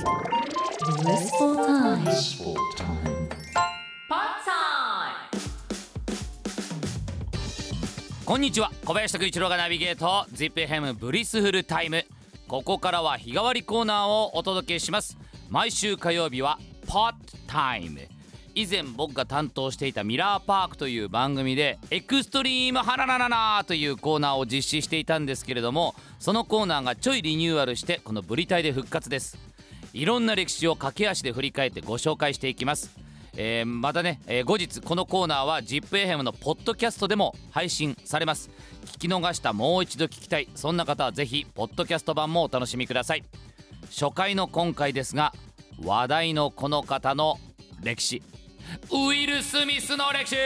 Blissful time. Pot time. こんにちは、小林拓一郎がナビゲート ZIPFM ブリスフルタイム。ここからは日替わりコーナーをお届けします。毎週火曜日は Pot time。以前僕が担当していたミラーパークという番組でエクストリームハララララというコーナーを実施していたんですけれども、そのコーナーがちょいリニューアルしてこのブリタイで復活です。いろんな歴史を駆け足で振り返ってご紹介していきます。またね、後日このコーナーは ZIPFM のポッドキャストでも配信されます。聞き逃したもう一度聞きたい、そんな方はぜひポッドキャスト版もお楽しみください。初回の今回ですが、話題のこの方の歴史、ウィル・スミスの歴史。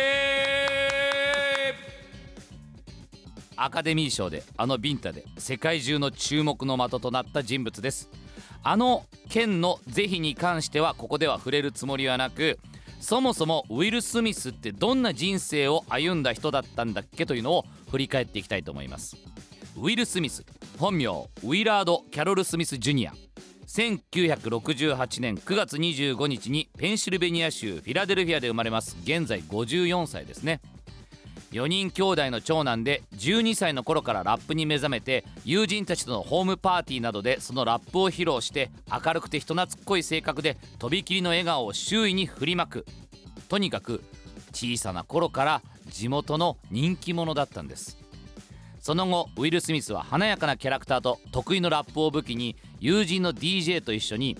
アカデミー賞でビンタで世界中の注目の的となった人物です。件の是非に関してはここでは触れるつもりはなく、そもそもウィル・スミスってどんな人生を歩んだ人だったんだっけというのを振り返っていきたいと思います。ウィル・スミス、本名ウィラード・キャロル・スミス・ジュニア。1968年9月25日にペンシルベニア州フィラデルフィアで生まれます。現在54歳ですね。4人兄弟の長男で、12歳の頃からラップに目覚めて、友人たちとのホームパーティーなどでそのラップを披露して、明るくて人懐っこい性格でとびきりの笑顔を周囲に振りまく。とにかく小さな頃から地元の人気者だったんです。その後ウィル・スミスは華やかなキャラクターと得意のラップを武器に、友人の DJ と一緒に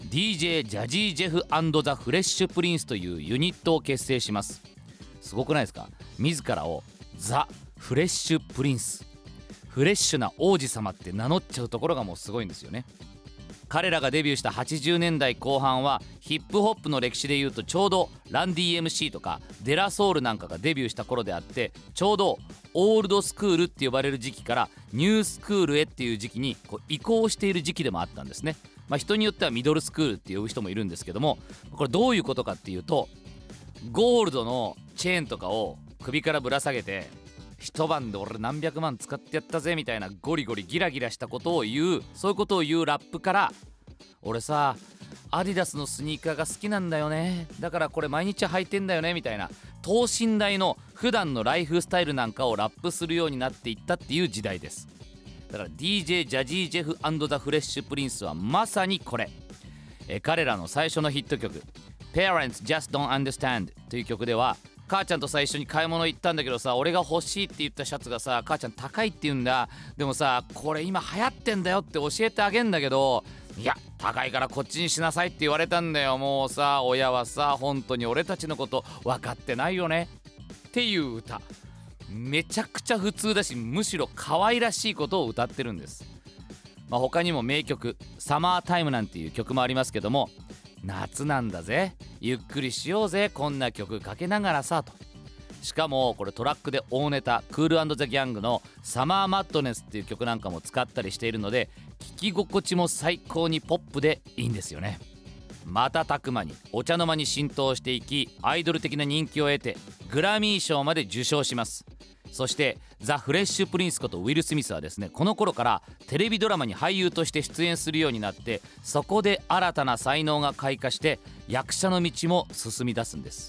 DJ ジャジー・ジェフ&ザ・フレッシュ・プリンスというユニットを結成します。すごくないですか？自らをザ・フレッシュ・プリンス、フレッシュな王子様って名乗っちゃうところがもうすごいんですよね。彼らがデビューした80年代後半はヒップホップの歴史でいうとちょうどランディ MC とかデラソウルなんかがデビューした頃であって、ちょうどオールドスクールって呼ばれる時期からニュースクールへっていう時期に移行している時期でもあったんですね。人によってはミドルスクールって呼ぶ人もいるんですけども、これどういうことかっていうと、ゴールドのチェーンとかを首からぶら下げて、一晩で俺何百万使ってやったぜみたいなゴリゴリギラギラしたことを言う、そういうことを言うラップから、俺さアディダスのスニーカーが好きなんだよね、だからこれ毎日履いてんだよねみたいな等身大の普段のライフスタイルなんかをラップするようになっていったっていう時代です。だから DJ ジャジー・ジェフ&ザ・フレッシュ・プリンスはまさにこれ。彼らの最初のヒット曲 Parents Just Don't Understand という曲では、母ちゃんとさ一緒に買い物行ったんだけどさ、俺が欲しいって言ったシャツがさ、母ちゃん高いって言うんだ、でもさこれ今流行ってんだよって教えてあげんだけど、いや高いからこっちにしなさいって言われたんだよ。もうさ親はさ本当に俺たちのこと分かってないよねっていう歌。めちゃくちゃ普通だし、むしろ可愛らしいことを歌ってるんです。他にも名曲サマータイムなんていう曲もありますけども、夏なんだぜ、ゆっくりしようぜ、こんな曲かけながらさと。しかもこれトラックで大ネタクール&ザ・ギャングのサマーマッドネスっていう曲なんかも使ったりしているので、聴き心地も最高にポップでいいんですよね。瞬く間にお茶の間に浸透していき、アイドル的な人気を得てグラミー賞まで受賞します。そしてザ・フレッシュ・プリンスことウィル・スミスはですね、この頃からテレビドラマに俳優として出演するようになって、そこで新たな才能が開花して役者の道も進み出すんです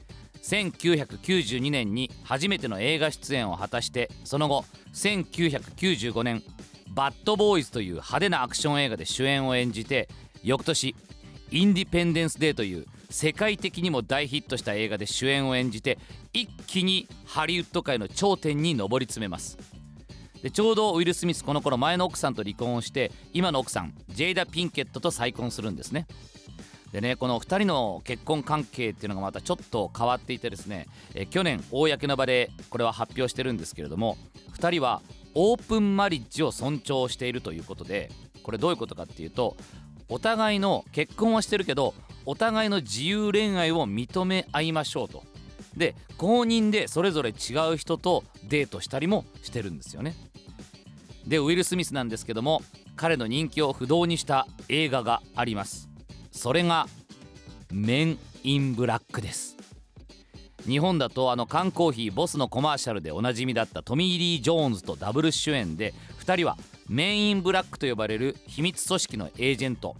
。1992年に初めての映画出演を果たして、その後1995年バッドボーイズという派手なアクション映画で主演を演じて、翌年インディペンデンスデーという世界的にも大ヒットした映画で主演を演じて、一気にハリウッド界の頂点に上り詰めます。でちょうどウィル・スミスこの頃前の奥さんと離婚をして、今の奥さんジェイダ・ピンケットと再婚するんですね。でね、この2人の結婚関係っていうのがまたちょっと変わっていてですね、去年公の場でこれは発表してるんですけれども、2人はオープンマリッジを尊重しているということで、これどういうことかっていうと、お互いの結婚はしてるけどお互いの自由恋愛を認め合いましょうと。で公認でそれぞれ違う人とデートしたりもしてるんですよね。でウィル・スミスなんですけども、彼の人気を不動にした映画があります。それがメン・イン・ブラックです。日本だと缶コーヒーボスのコマーシャルでおなじみだったトミー・リー・ジョーンズとダブル主演で、2人はメン・イン・ブラックと呼ばれる秘密組織のエージェント、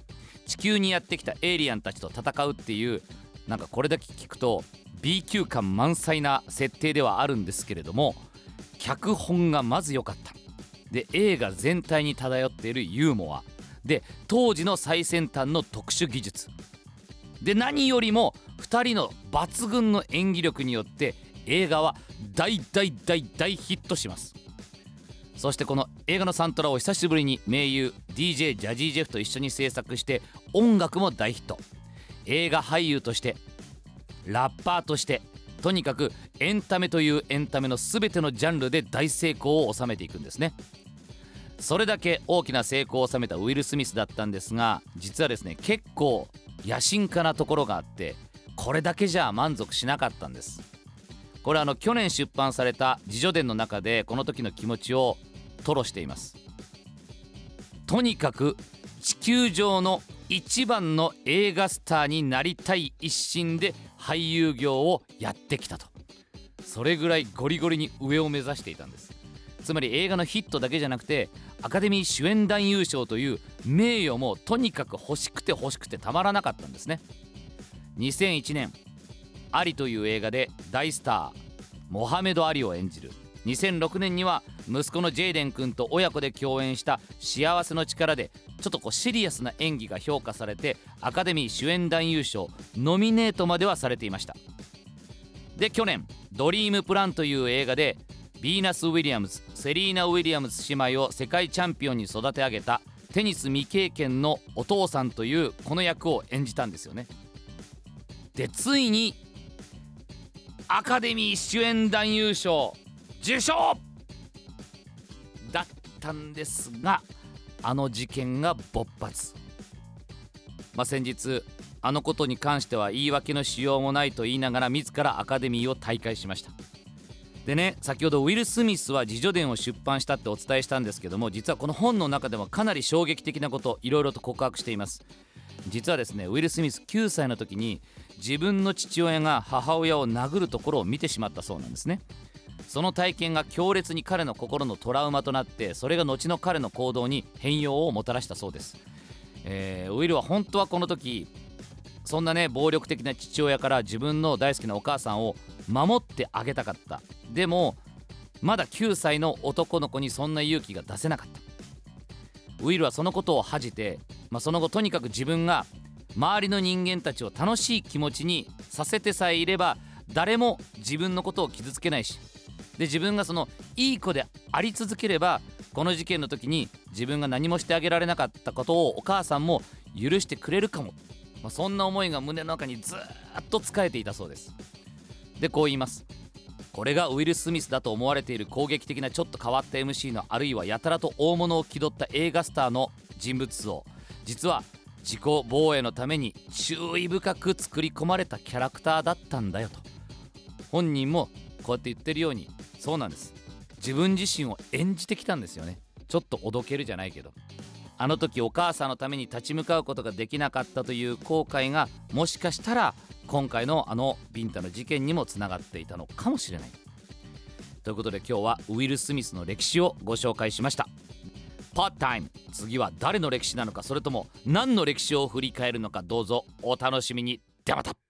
地球にやってきたエイリアンたちと戦うっていう、なんかこれだけ聞くと B 級感満載な設定ではあるんですけれども、脚本がまず良かった。で映画全体に漂っているユーモアで、当時の最先端の特殊技術で、何よりも2人の抜群の演技力によって映画は大ヒットします。そしてこの映画のサントラを久しぶりに名優 DJ ジャジージェフと一緒に制作して、音楽も大ヒット。映画俳優として、ラッパーとして、とにかくエンタメというエンタメの全てのジャンルで大成功を収めていくんですね。それだけ大きな成功を収めたウィル・スミスだったんですが、実はですね、結構野心家なところがあって、これだけじゃ満足しなかったんです。これ去年出版された自叙伝の中でこの時の気持ちを吐露しています。とにかく地球上の一番の映画スターになりたい一心で俳優業をやってきたと。それぐらいゴリゴリに上を目指していたんです。つまり映画のヒットだけじゃなくて、アカデミー主演男優賞という名誉もとにかく欲しくてたまらなかったんですね。2001年アリという映画で大スターモハメド・アリを演じる。2006年には息子のジェイデン君と親子で共演した幸せの力で、ちょっとシリアスな演技が評価されて、アカデミー主演男優賞ノミネートまではされていました。で去年ドリームプランという映画でビーナス・ウィリアムズ、セリーナ・ウィリアムズ姉妹を世界チャンピオンに育て上げたテニス未経験のお父さんというこの役を演じたんですよね。でついにアカデミー主演男優賞受賞だったんですが、事件が勃発。先日ことに関しては言い訳のしようもないと言いながら自らアカデミーを退会しました。でね、先ほどウィル・スミスは自叙伝を出版したってお伝えしたんですけども、実はこの本の中でもかなり衝撃的なこといろいろと告白しています。実はですね、ウィル・スミス9歳の時に自分の父親が母親を殴るところを見てしまったそうなんですね。その体験が強烈に彼の心のトラウマとなって、それが後の彼の行動に変容をもたらしたそうです。ウィルは本当はこの時そんなね暴力的な父親から自分の大好きなお母さんを守ってあげたかった。でもまだ9歳の男の子にそんな勇気が出せなかった。ウィルはそのことを恥じて、その後とにかく自分が周りの人間たちを楽しい気持ちにさせてさえいれば誰も自分のことを傷つけないし、で自分がそのいい子であり続ければ、この事件の時に自分が何もしてあげられなかったことをお母さんも許してくれるかも、そんな思いが胸の中にずっとつかえていたそうです。でこう言います。これがウィル・スミスだと思われている攻撃的なちょっと変わった MC の、あるいはやたらと大物を気取った映画スターの人物像、実は自己防衛のために注意深く作り込まれたキャラクターだったんだよと。本人もこうやって言ってるように、そうなんです、自分自身を演じてきたんですよね。ちょっとおどけるじゃないけど、あの時お母さんのために立ち向かうことができなかったという後悔が、もしかしたら今回のビンタの事件にもつながっていたのかもしれない。ということで今日はウィル・スミスの歴史をご紹介しました。パータイム、次は誰の歴史なのか、それとも何の歴史を振り返るのか、どうぞお楽しみに。ではまた。